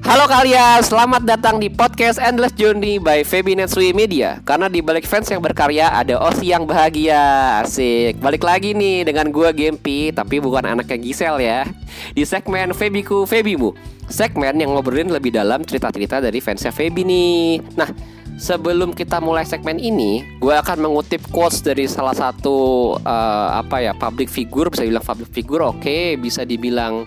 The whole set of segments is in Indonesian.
Halo kalian, selamat datang di podcast Endless Journey by Feby Netsui Media. Karena di balik fans yang berkarya ada Osi yang bahagia. Asik, balik lagi nih dengan gua Gempi, tapi bukan anaknya Gisel ya. Di segmen Febiku Febimu, segmen yang ngobrolin lebih dalam cerita-cerita dari fansnya Feby nih. Nah, sebelum kita mulai segmen ini, gue akan mengutip quotes dari salah satu public figure, bisa dibilang public figure, oke, bisa dibilang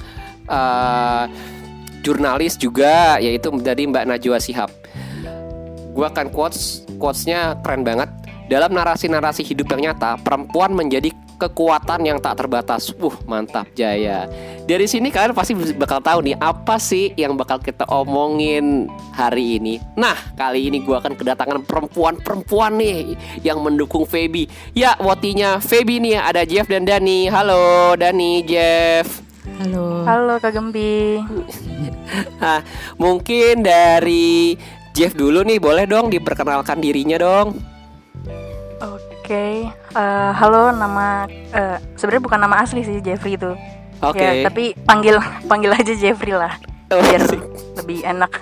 jurnalis juga, yaitu dari Mbak Najwa Shihab. Gue akan quotesnya keren banget. Dalam narasi-narasi hidup yang nyata, perempuan menjadi kekuatan yang tak terbatas. Mantap jaya. Dari sini kalian pasti bakal tahu nih apa sih yang bakal kita omongin hari ini. Nah, kali ini gue akan kedatangan perempuan nih yang mendukung Feby. Ya, wotinya Feby nih, ada Jeff dan Dani. Halo Dani, Jeff. Halo Kak Gempi. Nah, mungkin dari Jeff dulu nih, boleh dong diperkenalkan dirinya dong. Oke, halo, nama sebenarnya bukan nama asli sih, Jeffrey itu. Oke. Ya, tapi panggil aja Jeffrey lah, biar lebih enak.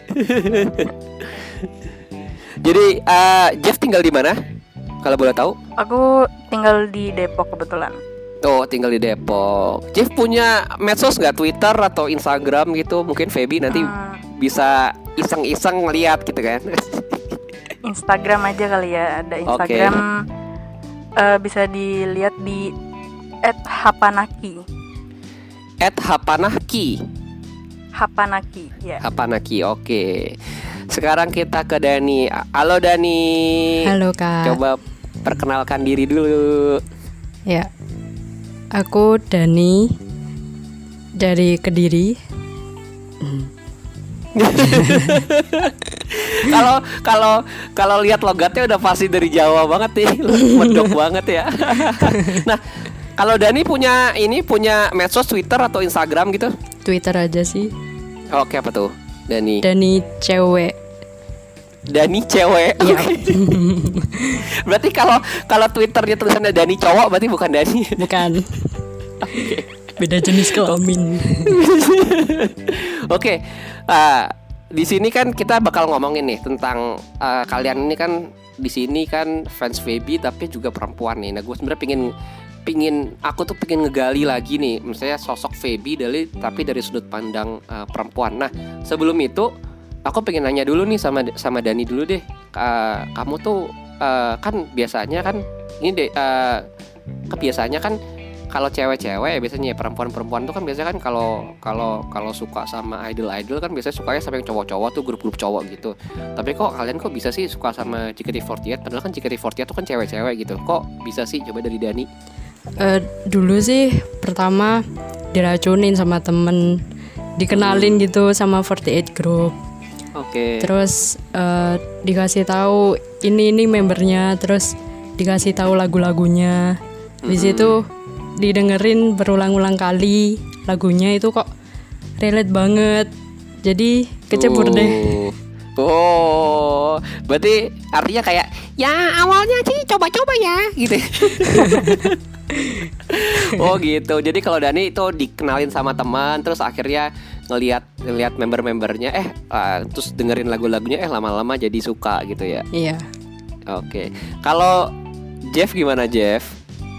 Jadi Jeff tinggal di mana? Kalau boleh tahu? Aku tinggal di Depok kebetulan. Oh, tinggal di Depok. Jeff punya medsos nggak, Twitter atau Instagram gitu? Mungkin Feby nanti bisa iseng-iseng ngeliat gitu kan? Instagram aja kali ya, ada Instagram. Bisa dilihat di @hapanaki. Hapanaki, ya. Hapanaki, oke. Sekarang kita ke Dani. Halo Dani. Halo Kak. Coba perkenalkan diri dulu. Ya, aku Dani dari Kediri. Kalau lihat logatnya udah pasti dari Jawa banget nih, medok banget ya. Nah, kalau Dani punya medsos Twitter atau Instagram gitu? Twitter aja sih. Oke, apa tuh? Dani Cewek. Dani cewek. Iya. Okay. Berarti kalau Twitternya tulisannya Dani cowok, berarti bukan Dani. Bukan. Okay. Beda jenis kelamin. Oke. Di sini kan kita bakal ngomongin nih tentang kalian ini kan di sini kan fans Feby tapi juga perempuan nih. Nah, gue sebenarnya aku tuh pengen ngegali lagi nih, misalnya sosok Feby tapi dari sudut pandang perempuan. Nah, sebelum itu aku pengen nanya dulu nih sama Dani dulu deh. Kamu tuh kan biasanya kan ini deh kebiasaannya kan kalau cewek-cewek biasanya perempuan-perempuan tuh kan biasanya kan kalau suka sama idol kan biasanya sukanya sama yang cowok-cowok tuh, grup-grup cowok gitu. Tapi kok kalian kok bisa sih suka sama JKT48? Padahal kan JKT48 tuh kan cewek-cewek gitu. Kok bisa sih? Coba dari Dani. Dulu sih pertama diracunin sama temen, dikenalin gitu sama 48 Group. Oke. Terus dikasih tahu ini membernya, terus dikasih tahu lagu-lagunya. Di situ didengerin berulang-ulang kali lagunya, itu kok relate banget. Jadi kecebur deh. Oh, berarti artinya kayak ya awalnya sih coba-coba ya gitu. Oh gitu. Jadi kalau Dani itu dikenalin sama teman, terus akhirnya ngelihat member-membernya, terus dengerin lagu-lagunya, lama-lama jadi suka gitu ya. Iya. Oke. Kalau Jeff gimana, Jeff?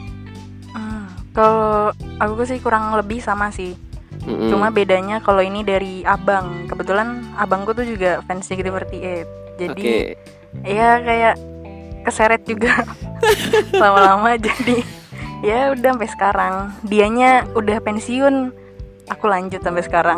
Kalau aku sih kurang lebih sama sih. Cuma bedanya kalau ini dari abang. Kebetulan abangku tuh juga fans JKT48. Jadi ya kayak keseret juga lama-lama. Jadi ya udah sampai sekarang. Dianya udah pensiun, aku lanjut sampai sekarang.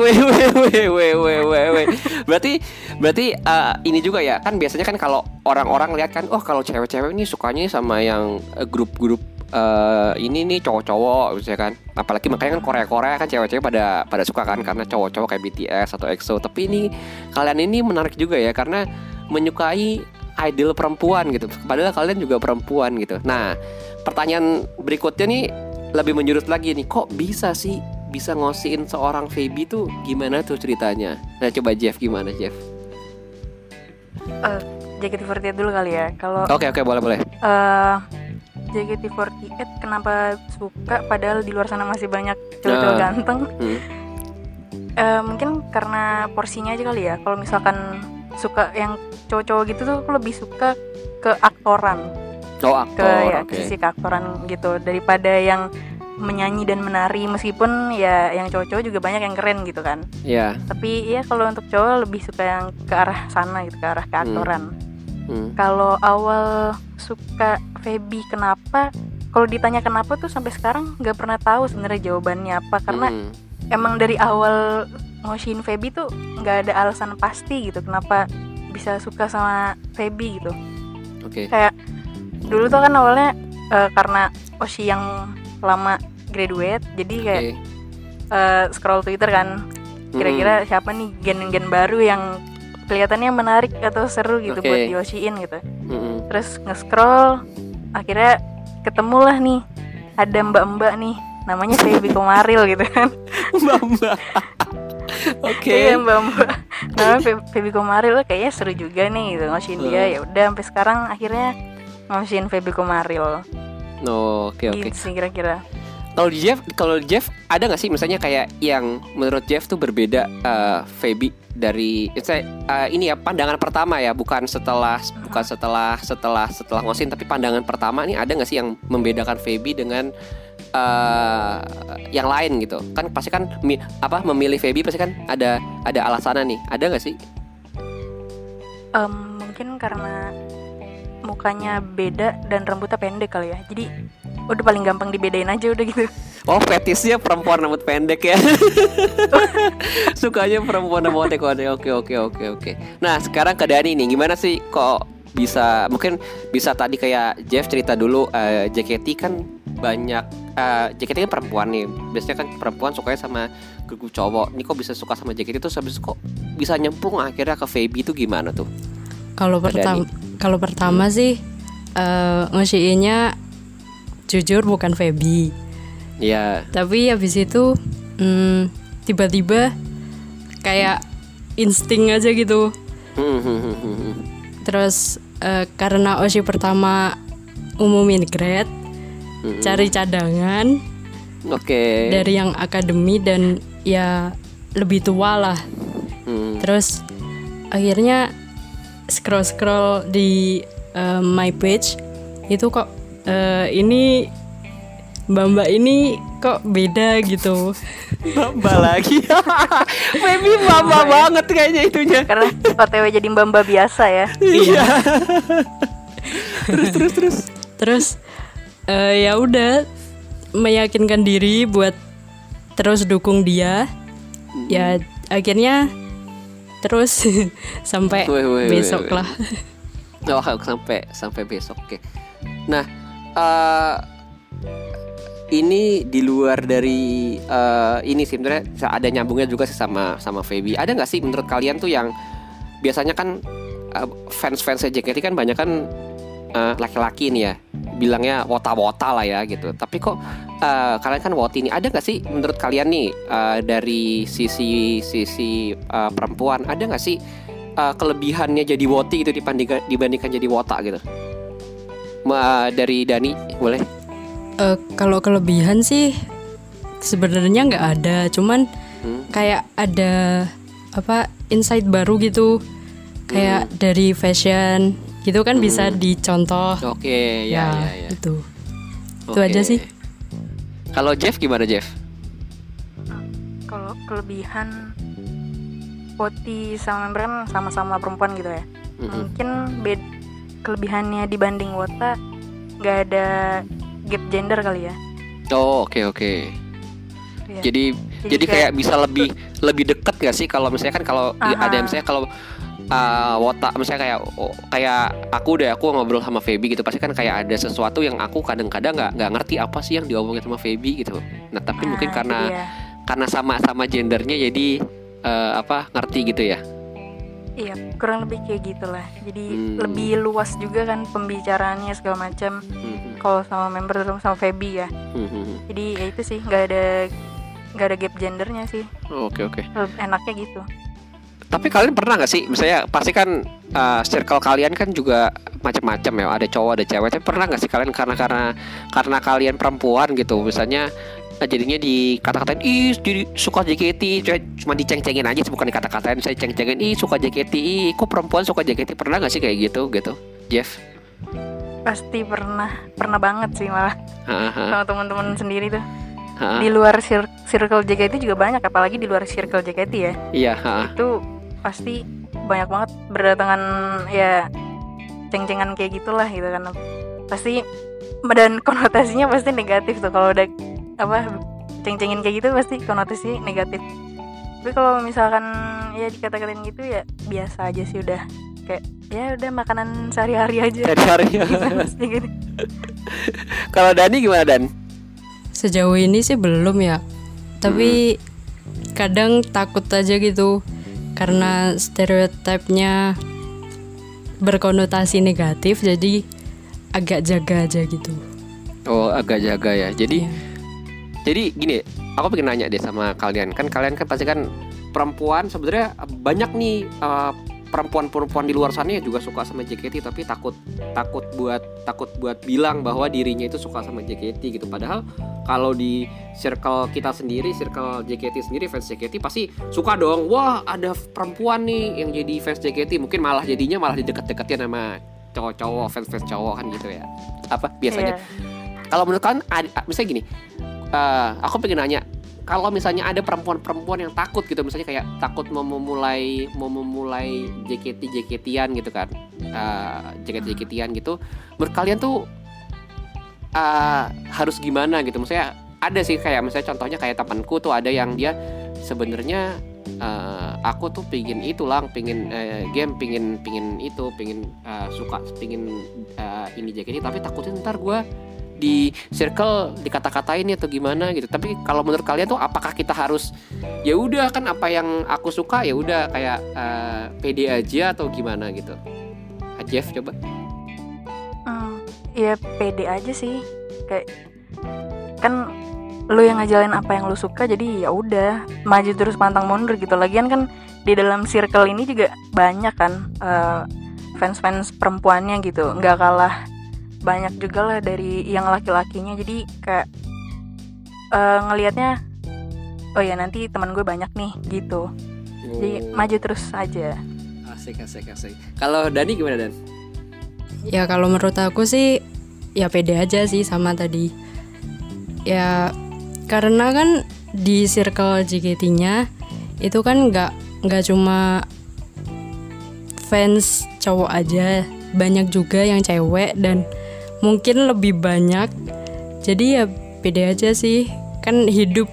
Weh. Berarti ini juga ya. Kan biasanya kan kalau orang-orang lihat kan, kalau cewek-cewek ini sukanya sama yang grup-grup ini nih cowok-cowok misalnya kan. Apalagi makanya kan Korea kan cewek-cewek pada suka kan karena cowok-cowok kayak BTS atau EXO. Tapi ini kalian ini menarik juga ya karena menyukai idol perempuan gitu. Padahal kalian juga perempuan gitu. Nah, pertanyaan berikutnya nih lebih menjurus lagi nih. Kok bisa sih bisa ngosiin seorang Feby tuh, gimana tuh ceritanya? Nah, coba Jeff, gimana Jeff? JKT48 dulu kali ya. Kalau Oke, boleh. JKT48 kenapa suka padahal di luar sana masih banyak cowok-cowok ganteng? Mungkin karena porsinya aja kali ya. Kalau misalkan suka yang cowok-cowok gitu tuh, aku lebih suka ke aktoran. Aktor, ke sisi keaktoran gitu, daripada yang menyanyi dan menari, meskipun ya yang cowok-cowok juga banyak yang keren gitu kan. Iya. Tapi ya kalau untuk cowok lebih suka yang ke arah sana gitu, ke arah keaktoran. Kalau awal suka Feby kenapa? Kalau ditanya kenapa tuh sampai sekarang nggak pernah tahu sebenarnya jawabannya apa, karena emang dari awal ngoshin Feby tuh nggak ada alasan pasti gitu kenapa bisa suka sama Feby gitu. Kayak dulu tuh kan awalnya karena Oshi yang lama graduate, jadi kayak scroll Twitter kan, kira-kira siapa nih gen-gen baru yang kelihatannya menarik atau seru gitu buat di-Oshiin gitu. Terus nge-scroll, akhirnya ketemulah nih ada mbak-mbak nih namanya Feby Komaril gitu kan. Mbak-mbak. Iya, mbak-mbak namanya Feby Komaril, kayaknya seru juga nih gitu ngoshin dia. Ya udah sampai sekarang akhirnya ngoshin Feby Komaril. Gitu sih kira-kira. Kalau Jeff ada nggak sih misalnya kayak yang menurut Jeff tuh berbeda Feby dari ini ya, pandangan pertama ya, bukan setelah ngosin, tapi pandangan pertama nih, ada nggak sih yang membedakan Feby dengan yang lain gitu? Kan pasti kan memilih Feby pasti kan ada alasannya nih, ada nggak sih? Mungkin karena mukanya beda dan rambutnya pendek kali ya, jadi udah paling gampang dibedain aja udah gitu. Fetisnya perempuan rambut pendek ya. Sukanya perempuan rambut pendek. Oke. Nah sekarang ke Dani nih, gimana sih kok bisa, mungkin bisa tadi kayak Jeff cerita dulu, JKT kan banyak, JKT kan perempuan nih, biasanya kan perempuan sukanya sama grup cowok. Ini kok bisa suka sama JKT tuh, habis kok bisa nyemplung akhirnya ke Feby itu gimana tuh? Kalau pertama sih ngoshiinnya jujur bukan Feby. Iya. Tapi habis itu tiba-tiba kayak insting aja gitu. Terus karena Oshi pertama umumin grade, cari cadangan. Dari yang akademi dan ya lebih tua lah. Terus akhirnya scroll di my page itu kok ini mbak-mbak ini kok beda gitu. Mbak Lagi. Feby mbak banget kayaknya itunya. Karena OTW jadi mbak biasa ya. Iya. Terus ya udah meyakinkan diri buat terus dukung dia. Ya akhirnya terus sampai besok lah. Sampai besok. Oke. Nah, ini di luar dari ini sih sebenarnya ada nyambungnya juga sih sama Feby. Ada nggak sih menurut kalian tuh yang biasanya kan fans JKT kan banyak kan laki-laki nih ya, bilangnya wota-wota lah ya gitu. Tapi kok kalian kan woti nih, ada nggak sih menurut kalian nih dari sisi perempuan, ada nggak sih kelebihannya jadi woti gitu dibandingkan jadi wota gitu? Dari Dani boleh? Kalau kelebihan sih sebenarnya nggak ada, cuman kayak ada insight baru gitu, kayak dari fashion gitu kan bisa dicontoh. Ya. Itu aja sih. Kalau Jeff gimana Jeff? Kalau kelebihan Poti sama member kan sama-sama perempuan gitu ya. Mungkin kelebihannya dibanding Wota nggak ada gap gender kali ya. Oke. Ya. Jadi kayak bisa lebih dekat gak sih kalau misalnya kan kalau ada misalnya kalau Wota misalnya kayak aku ngobrol sama Feby gitu, pasti kan kayak ada sesuatu yang aku kadang-kadang nggak ngerti apa sih yang diomongin sama Feby gitu. Nah tapi mungkin karena sama-sama gendernya jadi ngerti gitu ya. Iya, kurang lebih kayak gitulah. Jadi lebih luas juga kan pembicaraannya segala macam. Kalau sama member sama Feby ya. Jadi ya itu sih, nggak ada gap gendernya sih. Oke. Enaknya gitu. Tapi kalian pernah nggak sih, misalnya pasti kan circle kalian kan juga macam-macam ya, ada cowok ada cewek. Tapi pernah nggak sih kalian karena kalian perempuan gitu, misalnya jadinya dikata-katain ih jadi suka JKT, cuma diceng-cengin aja, bukan dikata-katain, saya ceng-cengin ih suka JKT, ih kok perempuan suka JKT. Pernah nggak sih kayak gitu Jeff? Pasti pernah banget sih malah. Sama teman-teman sendiri tuh. Di luar circle JKT juga banyak, apalagi di luar circle JKT ya. Iya. Itu pasti banyak banget berdatangan ya ceng-cengan kayak gitulah gitu kan. Pasti dan konotasinya pasti negatif tuh kalau udah ceng-cengin kayak gitu, pasti konotasinya negatif. Tapi kalau misalkan ya dikata-katain gitu ya biasa aja sih, udah kayak ya udah makanan sehari-hari aja. Gitu. Kalau Dani gimana, Dan? Sejauh ini sih belum ya. Tapi kadang takut aja gitu karena stereotipnya berkonotasi negatif, jadi agak jaga aja gitu. Oh, agak jaga ya. Jadi gini, aku pengen nanya deh sama kalian. Kalian kan pasti kan perempuan, sebenarnya banyak nih perempuan-perempuan di luar sana yang juga suka sama JKT, tapi takut buat bilang bahwa dirinya itu suka sama JKT gitu. Padahal kalau di circle kita sendiri, circle JKT sendiri, fans JKT pasti suka dong. Wah, ada perempuan nih yang jadi fans JKT, mungkin malah dideket-deketin sama cowok-cowok, fans cowok kan gitu ya. Apa biasanya? Kalau menurut kalian misalnya gini, aku pengen nanya, kalau misalnya ada perempuan-perempuan yang takut gitu, misalnya kayak takut mau memulai JKT-an gitu kan, JKT-an gitu, menurut kalian tuh harus gimana gitu? Maksudnya ada sih kayak misalnya contohnya kayak temanku tuh ada yang dia sebenarnya aku tuh pingin suka ini JKT, tapi takutnya ntar gue di circle dikata-katain atau gimana gitu. Tapi kalau menurut kalian tuh apakah kita harus ya udah kan apa yang aku suka ya udah kayak pede aja atau gimana gitu? Jeff coba. Ya pede aja sih, kayak kan lu yang ngajalin apa yang lu suka, jadi ya udah maju terus pantang mundur gitu. Lagian kan di dalam circle ini juga banyak kan fans perempuannya gitu, nggak kalah banyak juga lah dari yang laki-lakinya. Jadi kayak ngelihatnya oh ya nanti teman gue banyak nih gitu. Jadi maju terus aja. Asik. Kalau Dani gimana, Dan? Ya kalau menurut aku sih ya pede aja sih sama tadi. Ya karena kan di circle JKT-nya itu kan nggak cuma fans cowok aja, banyak juga yang cewek dan mungkin lebih banyak. Jadi ya pede aja sih. Kan hidup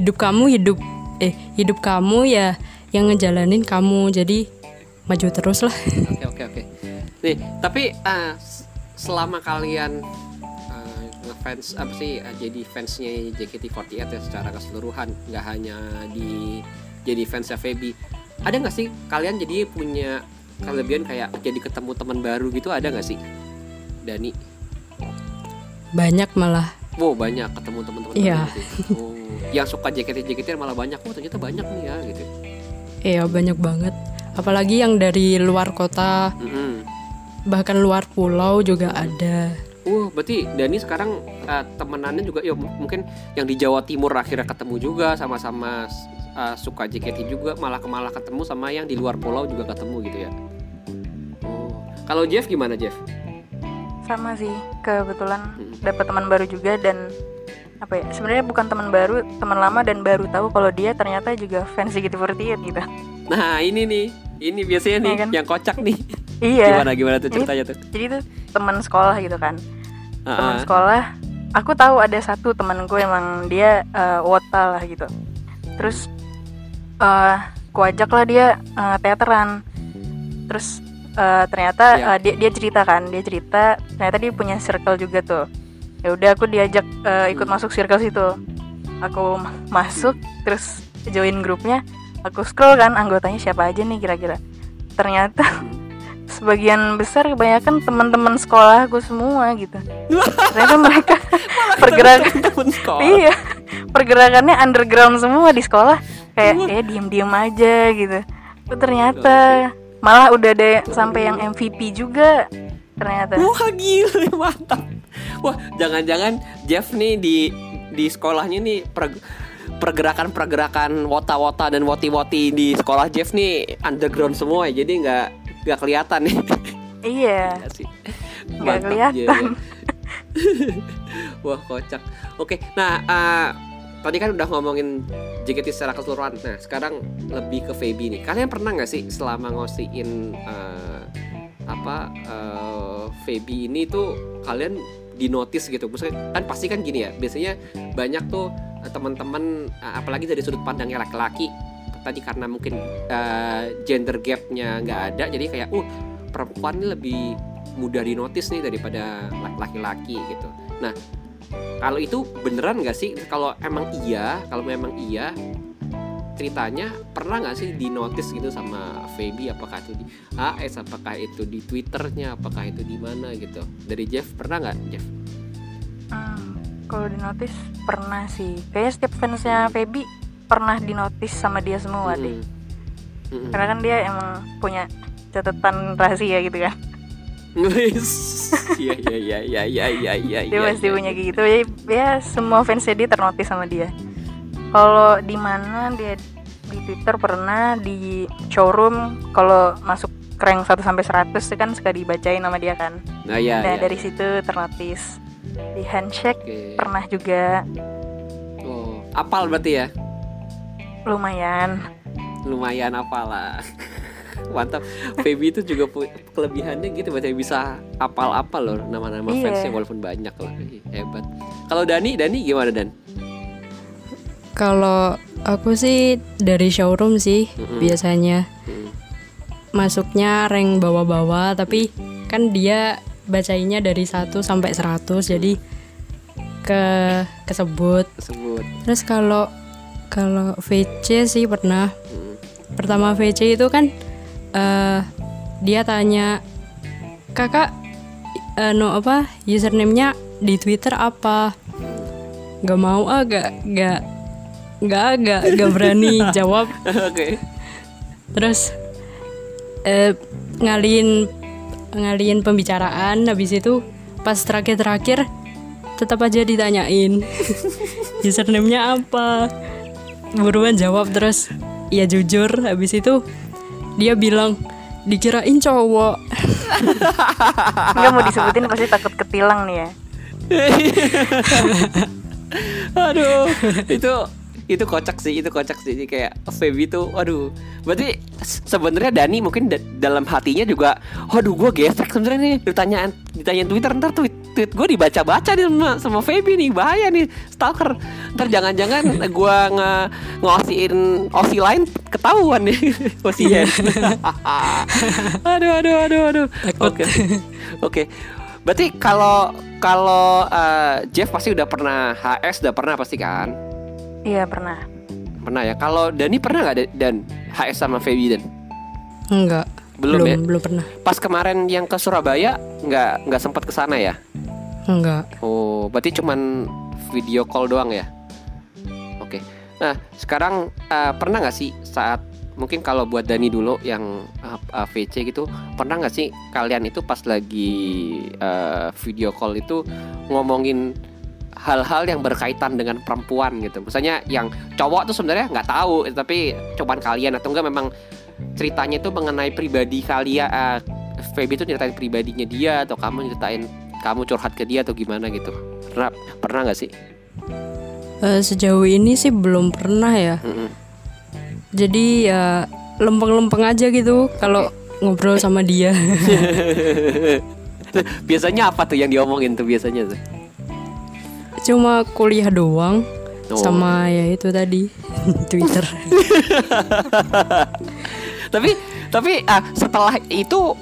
kamu ya yang ngejalanin kamu. Jadi maju terus lah. Oke. Nih, tapi selama kalian ngefans jadi fansnya JKT48 ya secara keseluruhan, nggak hanya jadi fansnya Feby, ada nggak sih kalian jadi punya kelebihan kayak jadi ketemu teman baru gitu, ada nggak sih, Dani? Banyak malah. Wow, banyak ketemu teman-teman baru gitu. Oh, yang suka JKT malah banyak. Oh, ternyata banyak nih ya gitu. Iya, banyak banget. Apalagi yang dari luar kota. Bahkan luar pulau juga ada. Berarti Dani sekarang temenannya juga ya mungkin yang di Jawa Timur akhirnya ketemu juga, sama-sama suka JKT juga, malah ketemu sama yang di luar pulau juga ketemu gitu ya. Kalau Jeff gimana, Jeff? Sama sih, kebetulan dapat teman baru juga. Dan apa ya, sebenarnya bukan teman baru, teman lama, dan baru tahu kalau dia ternyata juga fans JKT48 gitu. Nah ini biasanya nih kan? Yang kocak nih. Iya. Gimana tuh ceritanya tuh? Jadi tuh teman sekolah gitu kan. Teman sekolah, aku tahu ada satu teman gue emang dia wota lah gitu. Terus aku ajak lah dia teateran. Terus ternyata dia cerita ternyata dia punya circle juga tuh. Ya udah aku diajak ikut masuk circle situ. Aku masuk, terus join grupnya. Aku scroll kan anggotanya siapa aja nih kira-kira. Ternyata sebagian besar kebanyakan teman-teman sekolah gue semua gitu. Ternyata mereka pergerakannya underground semua di sekolah, kayak diem-diem aja gitu. Ternyata malah udah ada sampai yang MVP juga. ternyata. Wah gila, mantap. Wah, jangan-jangan Jeff nih di sekolahnya nih pergerakan wota-wota dan woti-woti di sekolah Jeff nih underground semua ya, jadi nggak kelihatan nih. Iya. Nggak kelihatan. Wah kocak. Oke, nah tadi kan udah ngomongin JKT secara keseluruhan. Nah sekarang lebih ke Feby nih. Kalian pernah nggak sih selama ngosiin Feby ini tuh kalian dinotis gitu? Maksudnya kan pasti kan gini ya. Biasanya banyak tuh teman-teman, apalagi dari sudut pandangnya laki-laki. Tadi karena mungkin gender gapnya nggak ada, jadi kayak perempuan ini lebih mudah dinotis nih daripada laki-laki gitu. Nah kalau itu beneran nggak sih? Kalau memang iya, ceritanya pernah nggak sih dinotis gitu sama Feby? Apakah itu di AS, apakah itu di Twitternya, apakah itu di mana gitu? Dari Jeff pernah nggak, Jeff? Kalau dinotis pernah sih. Kayaknya setiap fansnya Feby pernah dinotis sama dia semua deh. Karena kan dia emang punya catatan rahasia gitu kan. Iya. Dia pasti punya gitu. Ya semua fansnya dia ternotis sama dia. Kalau di mana dia di Twitter pernah, di showroom kalau masuk rank 1 sampai 100 itu kan suka dibacain sama dia kan. Nah, dari situ ternotis. Di handshake pernah juga. Oh, apal berarti ya? Lumayan apal lah. Mantap. Feby itu juga kelebihannya gitu, berarti bisa apal-apal loh nama-nama fansnya walaupun banyak loh. Hebat. Kalau Dani gimana, Dan? Kalau aku sih dari showroom sih biasanya. Masuknya rank bawah-bawah, tapi kan dia bacainnya dari 1 sampai 100, jadi kesebut. Terus kalau VC sih pernah. Pertama VC itu kan dia tanya, "Kakak username-nya di Twitter apa?" Gak mau, gak berani jawab. Oke. Terus ngalihin pembicaraan. Habis itu pas terakhir tetap aja ditanyain username-nya apa. Buruan jawab, terus ya jujur. Habis itu dia bilang dikirain cowok. Nggak mau disebutin pasti takut ketilang nih ya. Aduh, itu kocak sih kayak Feby tuh, waduh. Berarti sebenarnya Dani mungkin dalam hatinya juga, waduh gue gesek sebenarnya nih, ditanyain Twitter, ntar tweet gue dibaca-baca nih sama Feby nih, bahaya nih, stalker. Ntar jangan-jangan gue ngosiin Osi lain ketahuan nih. Osian. Aduh. Oke. Berarti kalau Jeff pasti udah pernah HS, udah pernah pasti kan? Iya pernah ya. Kalau Dani pernah nggak dan HS sama Feby, Dan? Enggak. Belum pernah. Pas kemarin yang ke Surabaya nggak sempat ke sana ya? Enggak. Oh, berarti cuman video call doang ya? Oke. Nah, sekarang pernah nggak sih saat, mungkin kalau buat Dani dulu yang VC gitu, pernah nggak sih kalian itu pas lagi video call itu ngomongin hal-hal yang berkaitan dengan perempuan gitu? Misalnya yang cowok tuh sebenarnya nggak tahu, tapi cobaan kalian, atau enggak memang ceritanya itu mengenai pribadi kalian. Feby itu nyeritain pribadinya dia, atau kamu nyeritain kamu curhat ke dia, atau gimana gitu? Pernah nggak sih? Sejauh ini sih belum pernah ya. Jadi ya lempeng-lempeng aja gitu kalau ngobrol sama dia. Biasanya apa tuh yang diomongin tuh biasanya tuh? Cuma kuliah doang. Sama ya itu tadi Twitter. Tapi setelah itu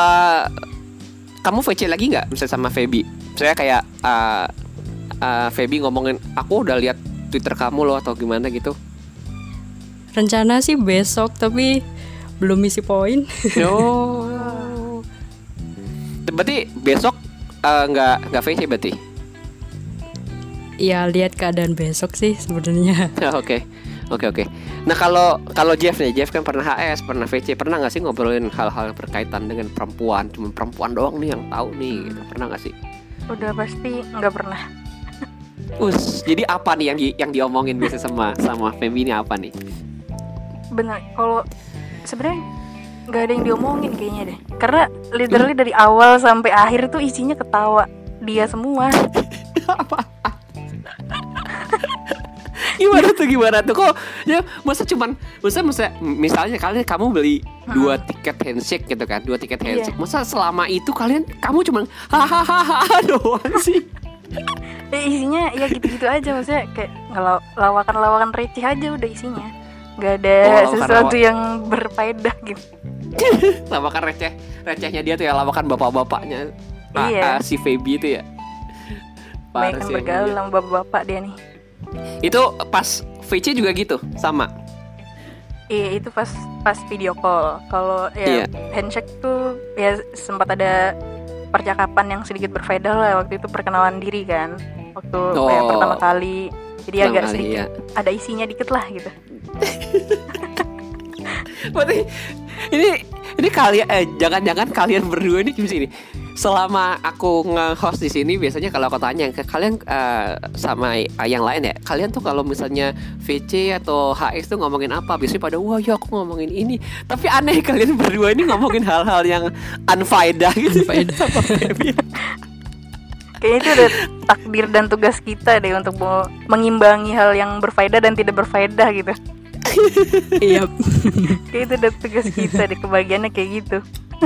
kamu VC lagi nggak misalnya sama Feby? Saya kayak Feby ngomongin, aku udah lihat Twitter kamu loh, atau gimana gitu? Rencana sih besok, tapi belum isi poin. Oh. Berarti besok nggak VC berarti? Ya lihat keadaan besok sih sebenarnya. Oke. Oke. Nah kalau Jeff nih, Jeff kan pernah HS, pernah VC, pernah nggak sih ngobrolin hal-hal yang berkaitan dengan perempuan? Cuma perempuan doang nih yang tahu nih, gitu. Pernah nggak sih? Udah pasti nggak pernah. Jadi apa nih yang diomongin biasa sama Feby ini apa nih? Bener, kalau sebenarnya nggak ada yang diomongin kayaknya deh. Karena literally dari awal sampai akhir tuh isinya ketawa dia semua. Gimana tuh kok ya masa misalnya kamu beli 2 tiket handshake gitu kan, 2 tiket handshake. Masa selama itu kamu cuman hahaha doang sih. Isinya ya gitu-gitu aja, maksudnya kayak lawakan receh aja udah isinya. Nggak ada sesuatu yang berfaedah gitu. Lawakan recehnya dia tuh ya, lawakan bapak-bapaknya. Si Feby itu ya. Banyak yang bergaul sama bapak-bapak dia nih. Itu pas VC juga gitu sama. Iya, itu pas video call. Kalau ya handshake tuh ya sempat ada percakapan yang sedikit berfaedah lah. Waktu itu perkenalan diri kan, waktu pertama kali. Jadi agak sedikit ada isinya dikit lah gitu. Berarti ini kalian jangan-jangan kalian berdua ini gimana sih ini? Selama aku nge-host di sini biasanya kalau aku tanya ke kalian sama yang lain ya, kalian tuh kalau misalnya VC atau HS tuh ngomongin apa? Biasanya pada wah ya aku ngomongin ini. Tapi aneh kalian berdua ini ngomongin hal-hal yang unfaedah gitu. Kayaknya itu udah takdir dan tugas kita deh untuk mengimbangi hal yang berfaedah dan tidak berfaedah gitu. Iya. Kayak itu udah tugas kita deh, kebagiannya kayak gitu.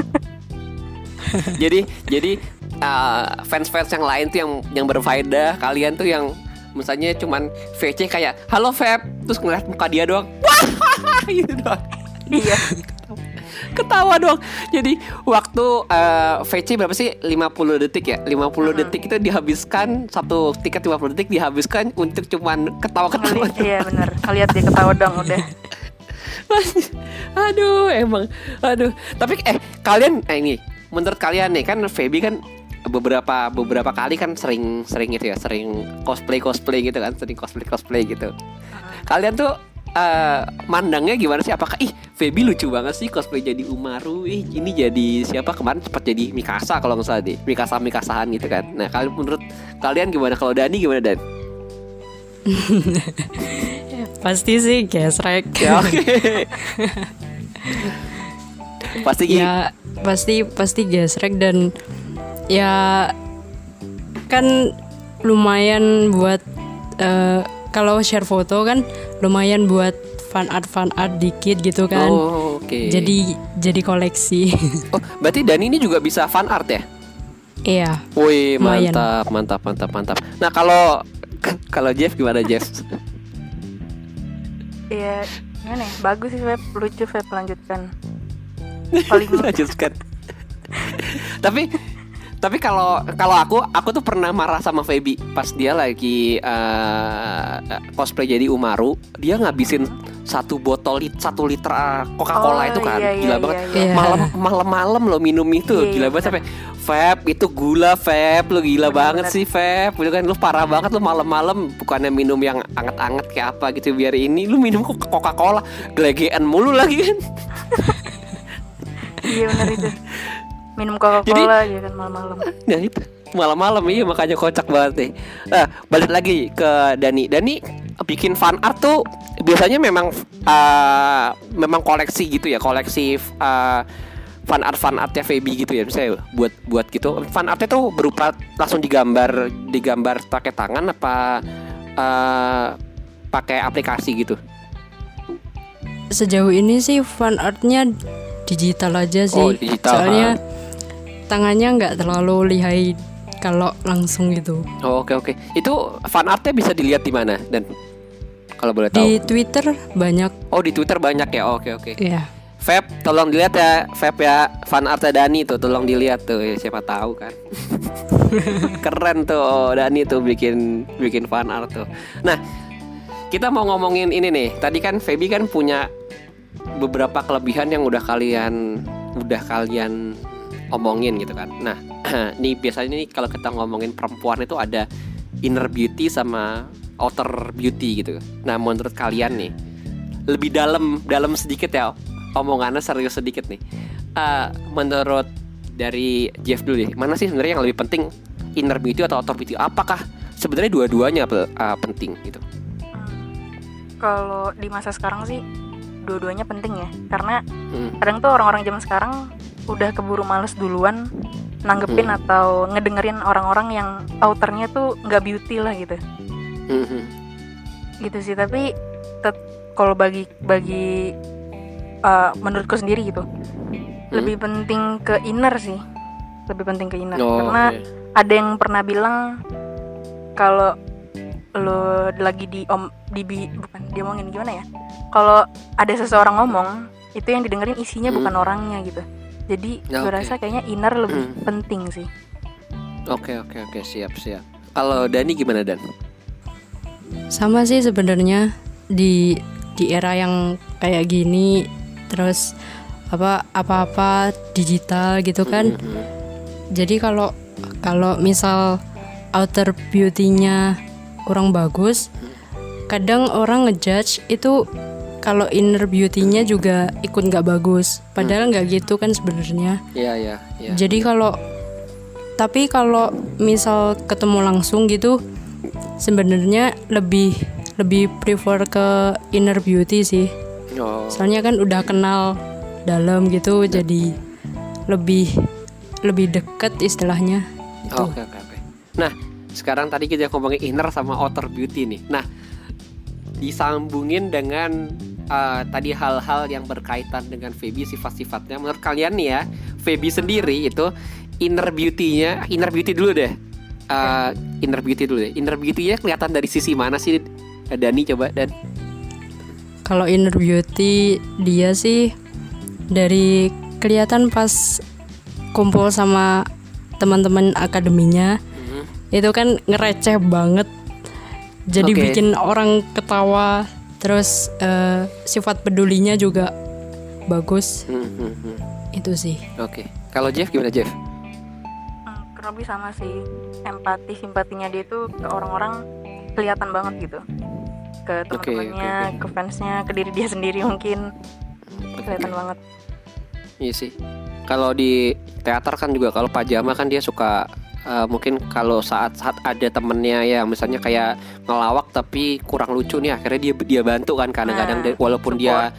Jadi fans-fans yang lain tuh yang berfaedah, kalian tuh yang misalnya cuman VC kayak halo Feb, terus ngeliat muka dia doang, wah gitu doang. Iya. Ketawa doang. Jadi waktu VC berapa sih? 50 detik ya. 50 detik itu dihabiskan, satu tiket 50 detik dihabiskan untuk cuman ketawa-ketawa. Iya benar. Lihat dia ketawa doang udah. Aduh. Tapi kalian ini menurut kalian nih kan Feby kan beberapa kali kan sering itu ya, sering cosplay gitu kan, sering cosplay gitu. Kalian tuh mandangnya gimana sih? Apakah Feby lucu banget sih cosplay jadi Umaru, ini jadi siapa kemarin sempat jadi Mikasa kalau nggak salah deh, Mikasahan gitu kan. Nah menurut kalian gimana? Kalau Dani gimana, Dan? Pasti sih gesrek. Ya, okay. Pasti gesrek, dan ya kan lumayan buat kalau share foto kan lumayan buat fan art dikit gitu kan. Oh, oke. Okay. Jadi koleksi. Oh, berarti Dani ini juga bisa fan art ya? Iya. Wih, mantap. Nah, kalau Jeff gimana, Jeff? Iya, gimana ya? Bagus sih, Feb. Lucu, Feb. Lanjutkan. Lanjutkan. Tapi kalau aku tuh pernah marah sama Feby pas dia lagi cosplay jadi Umaru. Dia ngabisin 1 liter Coca-Cola itu kan. Gila banget. Malam-malam lo minum itu. Gila banget sampai Feb, itu gula Feb, lo gila banget sih Feb. Itu kan lo parah banget lo malam-malam, bukannya minum yang anget-anget kayak apa gitu biar ini lo minum Coca-Cola, gelegean mulu lagi kan. Iya benar itu. Minum Coca-Cola ya kan malam-malam. Nah itu malam-malam, iya makanya kocak banget nih. Nah balik lagi ke Dani. Dani bikin fan art tuh biasanya memang koleksi gitu ya, koleksi fan artnya Feby gitu ya, misalnya buat gitu. Fan artnya tuh berupa langsung digambar pakai tangan apa pakai aplikasi gitu? Sejauh ini sih fan artnya digital aja sih. Oh, digital. Soalnya tangannya nggak terlalu lihai kalau langsung gitu. Oh, oke. Itu fan artnya bisa dilihat di mana, dan kalau boleh tahu? Di Twitter banyak. Oh, di Twitter banyak ya. Oke. Iya. Feb, tolong dilihat ya, Feb ya, fan artnya Dani tuh, tolong dilihat tuh, ya, siapa tahu kan. Keren tuh Dani tuh bikin fan art tuh. Nah, kita mau ngomongin ini nih. Tadi kan Feby kan punya beberapa kelebihan yang udah kalian omongin gitu kan. Nah, nih biasanya nih kalau kita ngomongin perempuan itu ada inner beauty sama outer beauty gitu. Nah, menurut kalian nih, lebih dalam sedikit ya, omongannya serius sedikit nih. Menurut dari Jeff dulu deh, mana sih sebenarnya yang lebih penting, inner beauty atau outer beauty? Apakah sebenarnya dua-duanya penting gitu? Kalau di masa sekarang sih dua-duanya penting ya, karena kadang tuh orang-orang zaman sekarang udah keburu males duluan nanggepin atau ngedengerin orang-orang yang outernya tuh nggak beauty lah gitu. Gitu sih. Tapi kalau bagi menurutku sendiri gitu, lebih penting ke inner sih, lebih penting ke inner. Karena ada yang pernah bilang kalau lo lagi bukan diomongin gimana ya, kalau ada seseorang ngomong itu yang didengerin isinya bukan orangnya gitu. Jadi gue rasa kayaknya inner lebih penting sih. Oke, siap. Kalau Dani gimana, Dan? Sama sih sebenarnya di era yang kayak gini, terus apa-apa digital gitu kan. Jadi kalau misal outer beauty-nya kurang bagus, kadang orang ngejudge itu kalau inner beauty-nya juga ikut nggak bagus. Padahal nggak gitu kan sebenarnya. Iya. Jadi tapi kalau misal ketemu langsung gitu, sebenarnya lebih prefer ke inner beauty sih. Soalnya kan udah kenal dalam gitu, jadi lebih deket istilahnya. Oke. Nah, sekarang tadi kita ngomongin inner sama outer beauty nih. Nah, disambungin dengan tadi hal-hal yang berkaitan dengan Feby, sifat-sifatnya. Menurut kalian nih ya, Feby sendiri itu inner beauty dulu deh. Inner beauty-nya kelihatan dari sisi mana sih, Dani? Coba, Dan. Kalau inner beauty dia sih dari kelihatan pas kumpul sama teman-teman akademinya, itu kan ngereceh banget. Jadi bikin orang ketawa. Terus sifat pedulinya juga bagus. Itu sih. Oke. Kalau Jeff gimana, Jeff? Kurang lebih sama sih. Empati, simpatinya dia tuh ke orang-orang kelihatan banget gitu. Ke teman-temannya, ke fansnya, ke diri dia sendiri mungkin kelihatan banget. Iya sih. Kalau di teater kan juga, kalau Pajama kan dia suka mungkin kalau saat ada temennya ya, misalnya kayak ngelawak tapi kurang lucu nih, akhirnya dia bantu kan kadang-kadang, walaupun dia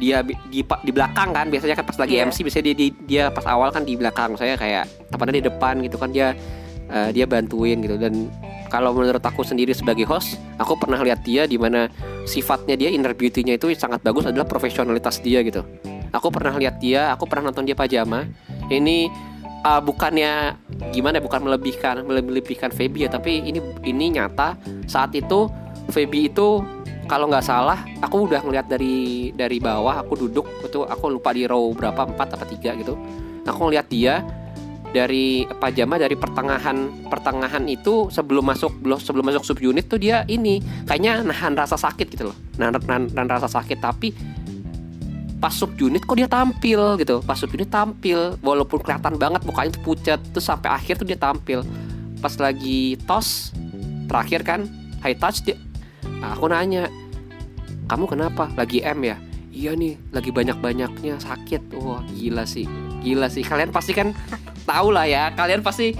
di belakang kan, biasanya kan pas lagi MC biasanya dia pas awal kan di belakang, saya kayak temannya di depan gitu kan, dia bantuin gitu. Dan kalau menurut aku sendiri sebagai host, aku pernah lihat dia di mana sifatnya dia, inner beauty-nya itu sangat bagus adalah profesionalitas dia gitu. Aku pernah lihat dia, aku pernah nonton dia Pajama. Ini bukannya gimana, bukan melebihkan Feby ya, tapi ini nyata. Saat itu Feby itu kalau nggak salah, aku udah ngeliat dari bawah, aku duduk itu, aku lupa di row berapa, 4 apa 3 gitu. Aku ngeliat dia dari Pajama, dari pertengahan itu sebelum masuk subunit tuh dia ini kayaknya nahan rasa sakit gitu loh, nahan rasa sakit. Tapi pas subunit kok dia tampil gitu, walaupun kelihatan banget mukanya tuh pucat, terus sampai akhir tuh dia tampil. Pas lagi tos terakhir kan, high touch dia, aku nanya, kamu kenapa? Lagi M ya? Iya nih, lagi banyak-banyaknya sakit. Wah, gila sih. Kalian pasti kan tahu lah ya, kalian pasti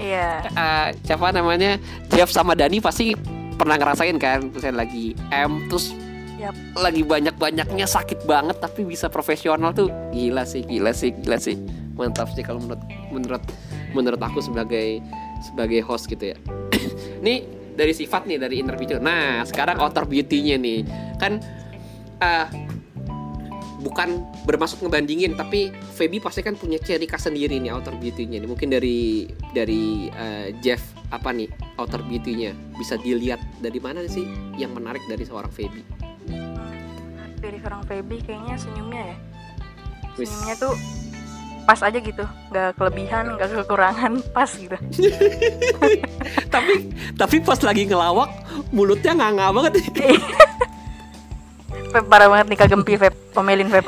siapa namanya, Jeff sama Dani pasti pernah ngerasain kan, misalnya lagi M terus lagi banyak-banyaknya sakit banget tapi bisa profesional tuh, gila sih. Mantap sih kalau menurut aku sebagai host gitu ya. Nih dari sifat nih, dari inner beauty. Nah, sekarang outer beauty-nya nih. Kan bukan bermaksud ngebandingin, tapi Feby pasti kan punya ciri khas sendiri nih outer beauty-nya nih. Mungkin dari Jeff, apa nih outer beauty-nya? Bisa dilihat dari mana sih yang menarik dari seorang Feby? Dari seorang Feby kayaknya senyumnya ya. Senyumnya tuh pas aja gitu, nggak kelebihan, nggak kekurangan, pas gitu. tapi pas lagi ngelawak mulutnya nganga banget. Feb parah banget nih, kagempi Feb, omelin Feb.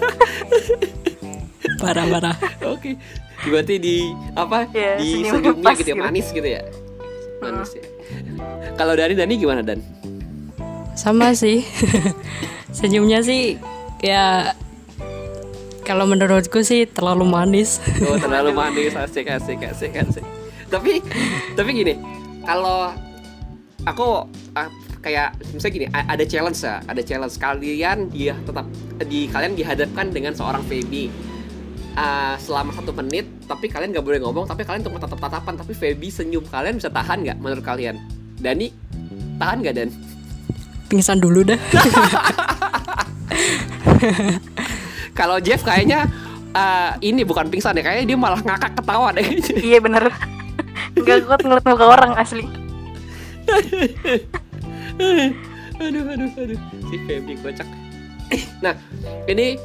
Parah. Oke. Berarti di senyumnya gitu ya, manis gitu ya. Manis ya. Kalau Dani gimana, Dan? sama sih. Senyumnya sih ya kalau menurutku sih terlalu manis. Oh, terlalu manis, asik. Tapi gini, kalau aku kayak misalnya gini, ada challenge kalian kalian dihadapkan dengan seorang Feby selama 1 menit, tapi kalian nggak boleh ngomong, tapi kalian cuma tatap-tatapan, tapi Feby senyum, kalian bisa tahan nggak menurut kalian? Dani, tahan nggak Dan? Pingsan dulu dah. Kalau Jeff kayaknya ini bukan pingsan ya, kayaknya dia malah ngakak ketawa deh. Iya bener. Gak kuat ngeliat muka orang asli. Aduh, si Feby kocak. Nah, ini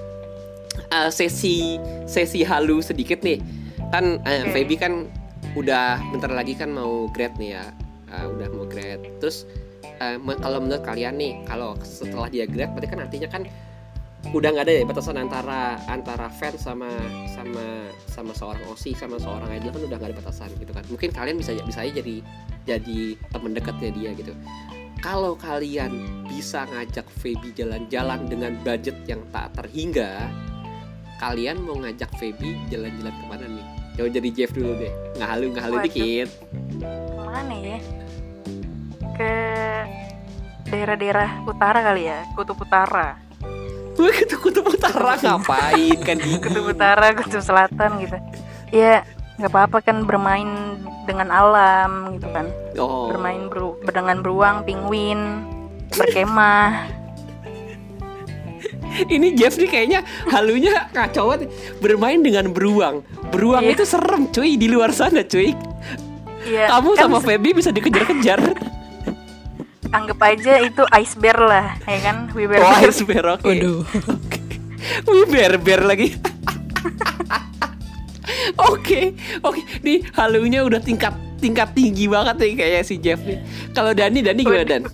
sesi halu sedikit nih. Kan Feby kan udah bentar lagi kan mau grad nih ya. Udah mau grad. Terus kalau menurut kalian nih, kalau setelah dia grad berarti kan artinya kan udah nggak ada ya batasan antara fans sama seorang OSI sama seorang idol, kan udah nggak ada batasan gitu kan. Mungkin kalian bisa aja jadi teman dekatnya dia gitu. Kalau kalian bisa ngajak Feby jalan-jalan dengan budget yang tak terhingga, kalian mau ngajak Feby jalan-jalan kemana nih? Coba jadi Jeff dulu deh, ngehalu dikit. Mana ya? Ke daerah-daerah utara kali ya, Kutub Utara. Kutub Utara ngapain kan? Kutub Utara, Kutub Selatan gitu. Ya nggak apa-apa kan, bermain dengan alam gitu kan. Bermain dengan beruang, penguin, berkemah. Ini Jeff nih kayaknya halunya kacau banget. Bermain dengan beruang itu serem cuy, di luar sana cuy. Kamu kan sama Feby bisa dikejar-kejar. Anggap aja itu ice bear lah, ya kan? Ice bear, oke. Waduh. Bear lagi. Oke. Nih halunya udah tingkat tinggi banget nih kayak si Jeff nih. Kalau Dani gimana Dan?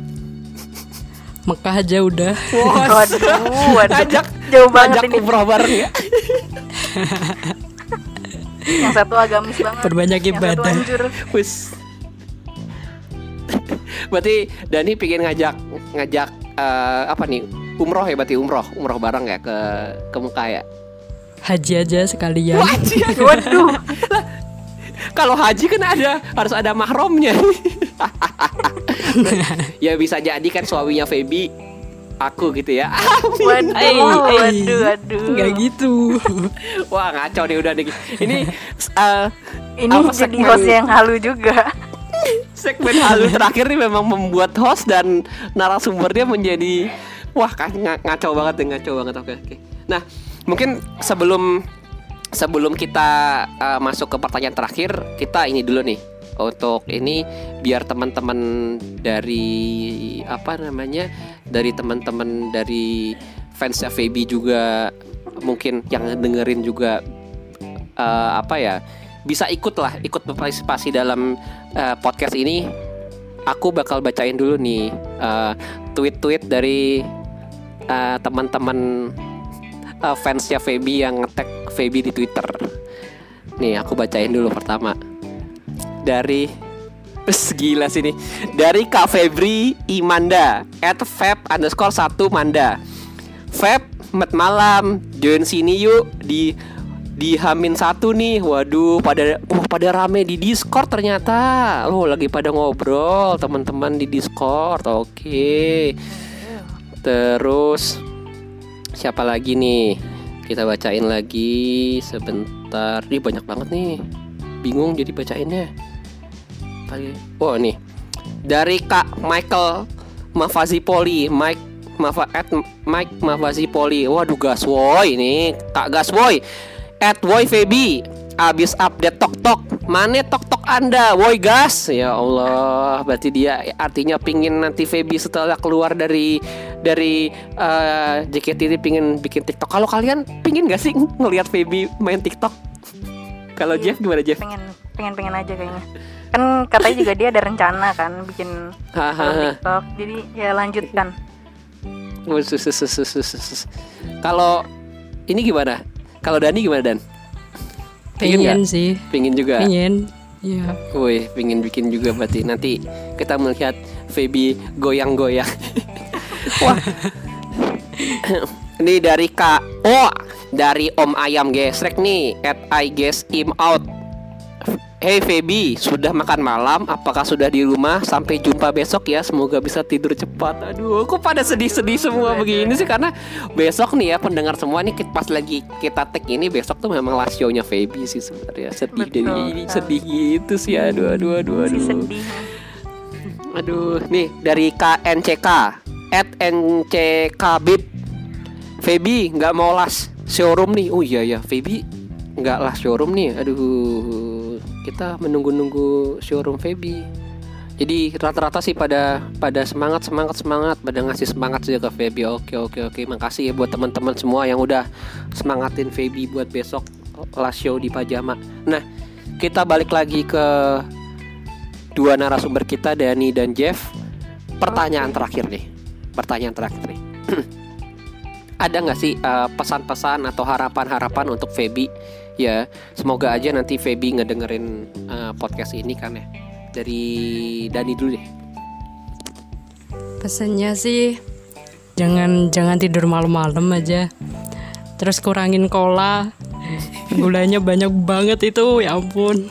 Mekah aja udah. Waduh. Ajak jauh banget ini. Umroh bareng ya. Yang satu agamis banget. Perbanyak ibadah. Wis. Berarti Dani pengen ngajak apa nih? Umroh ya, berarti umroh bareng ya ke Mekah ya. Haji aja sekalian. Waduh. Kalau haji kan harus ada mahramnya. Ya bisa jadi kan suaminya Feby aku gitu ya. Waduh. Enggak gitu. Wah, ngaco nih udah nih. Ini jadi host yang halu juga. Segmen halu terakhir nih memang membuat host dan narasumbernya menjadi ngaco banget. Oke. Nah, mungkin sebelum kita masuk ke pertanyaan terakhir, kita ini dulu nih. Untuk ini biar teman-teman dari teman-teman dari fansnya Feby juga mungkin yang dengerin juga bisa ikut berpartisipasi dalam podcast ini. Aku bakal bacain dulu nih tweet-tweet dari teman-teman fansnya Feby yang nge-tag Feby di Twitter. Nih aku bacain dulu pertama. Dari gila sini. Dari Kak Febri Imanda @feb_1manda. Feb, mat malam, join sini yuk di Hamin 1 nih. Waduh, pada rame di Discord ternyata. Lagi pada ngobrol teman-teman di Discord. Oke. Terus siapa lagi nih? Kita bacain lagi sebentar. Ih, banyak banget nih. Bingung jadi bacainnya. Nih. Dari Kak Michael Mafazipoli, Mike Mafazipoli. Waduh, gaswoy ini. Kak gaswoy. @woy Feby. Abis update tok-tok. Mana tok-tok Anda? Woy gas. Ya Allah, berarti dia artinya pingin nanti Feby setelah keluar dari JKT ini pingin bikin TikTok. Kalau kalian pingin gak sih ngelihat Feby main TikTok? Kalau Jeff gimana Jeff? Pengen aja kayaknya. Kan katanya juga dia ada rencana kan bikin TikTok. Jadi ya lanjutkan. Kalau ini gimana? Kalau Dani gimana Dan? Pengen sih. Pengen juga. Pengen. Iya. Woi, pengen bikin juga berarti. Nanti kita melihat Feby goyang-goyang. Wah. Ini dari Kak. Oh, dari Om Ayam Gesrek nih, @I_guess_him_out. Hey Feby, sudah makan malam? Apakah sudah di rumah? Sampai jumpa besok ya. Semoga bisa tidur cepat. Aduh, kok pada sedih-sedih semua begini sih? Karena besok nih ya pendengar semua nih, pas lagi kita tag ini, besok tuh memang last show-nya Feby sih sebenarnya. Sedih dari sedih gitu sih. Aduh. Sedih. Aduh, nih dari KNCK @NCKBib. Feby nggak mau last showroom nih. Oh iya ya, Feby nggak last showroom nih. Aduh, kita menunggu showroom Feby. Jadi rata-rata sih pada semangat, pada ngasih semangat sih ke Feby. Oke. Makasih ya buat teman-teman semua yang udah semangatin Feby buat besok last show di Pajama. Nah, kita balik lagi ke dua narasumber kita, Dani dan Jeff. Pertanyaan terakhir nih. Ada nggak sih pesan-pesan atau harapan-harapan untuk Feby? Ya, semoga aja nanti Feby ngedengerin podcast ini kan ya. Dari Dani dulu deh. Pesannya sih jangan tidur malam-malam aja. Terus kurangin cola. Gulanya banyak banget itu, ya ampun.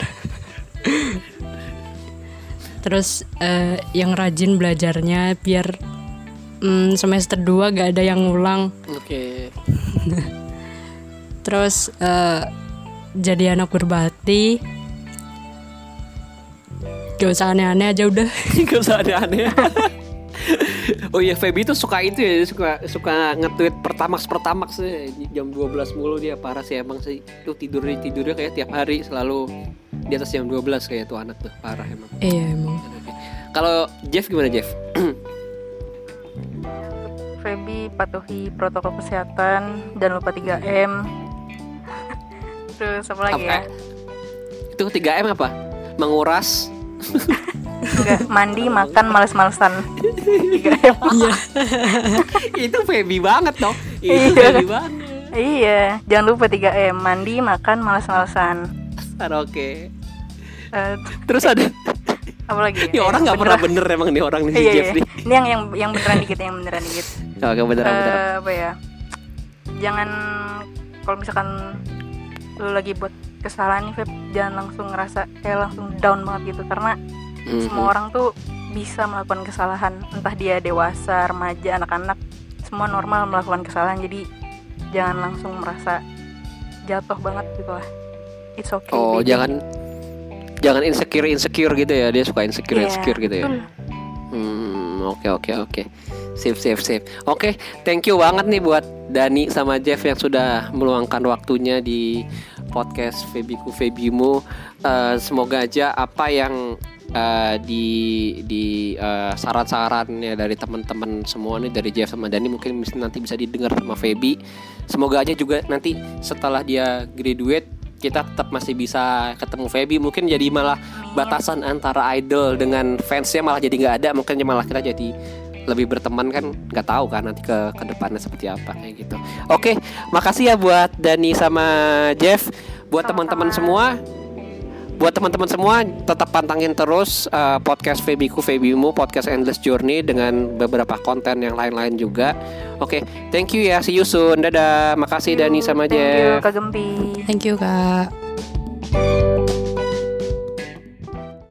Terus yang rajin belajarnya biar semester 2 gak ada yang ngulang. Oke. Terus jadi anak berbakti. Gak usah aneh-aneh aja udah. Gak usah aneh-aneh. Oh iya, Feby tuh suka itu ya, suka nge-tweet Pertamax sih. Jam 12 mulu dia, parah sih emang sih. Tuh tidurnya kayak tiap hari selalu di atas jam 12 kayak tuh anak tuh, parah emang. Iya emang. Kalau Jeff gimana, Jeff? Feby patuhi protokol kesehatan, jangan lupa 3M. Terus apa lagi ya? Itu 3M apa? Menguras. Enggak, mandi, makan, males-malesan. 3M. Iya. Itu Feby banget dong. Iya. Feby banget. Iya, jangan lupa 3M, mandi, makan, males-malesan. Oke. Terus ada apa lagi? Ini orang nggak pernah bener emang nih orang nih, iya, Jeff nih. Ini yang beneran dikit, Oke, beneran. Apa ya? Jangan, kalau misalkan lu lagi buat kesalahan nih, Feb, jangan langsung ngerasa kayak langsung down banget gitu, karena semua orang tuh bisa melakukan kesalahan, entah dia dewasa, remaja, anak-anak, semua normal melakukan kesalahan. Jadi jangan langsung merasa jatuh banget gitu lah. It's okay. Oh, baby. Jangan insecure gitu ya. Dia suka insecure gitu ya. Oke. Sip. Oke, thank you banget nih buat Dani sama Jeff yang sudah meluangkan waktunya di podcast Febiku Febimu. Semoga aja apa yang di saran-sarannya dari teman-teman semua nih, dari Jeff sama Dani, mungkin nanti bisa didengar sama Feby. Semoga aja juga nanti setelah dia graduate kita tetap masih bisa ketemu Feby. Mungkin jadi malah batasan antara idol dengan fansnya malah jadi nggak ada. Mungkin malah kita jadi lebih berteman kan, nggak tahu kan nanti ke depannya seperti apa kayak gitu. Oke, makasih ya buat Dani sama Jeff. Buat teman-teman semua, tetap pantangin terus podcast Febiku Febimu, podcast Endless Journey dengan beberapa konten yang lain-lain juga. Oke, thank you ya, see you soon. Dadah. Makasih Dani sama Jeff. Thank you Kak Gempi. Thank you Kak.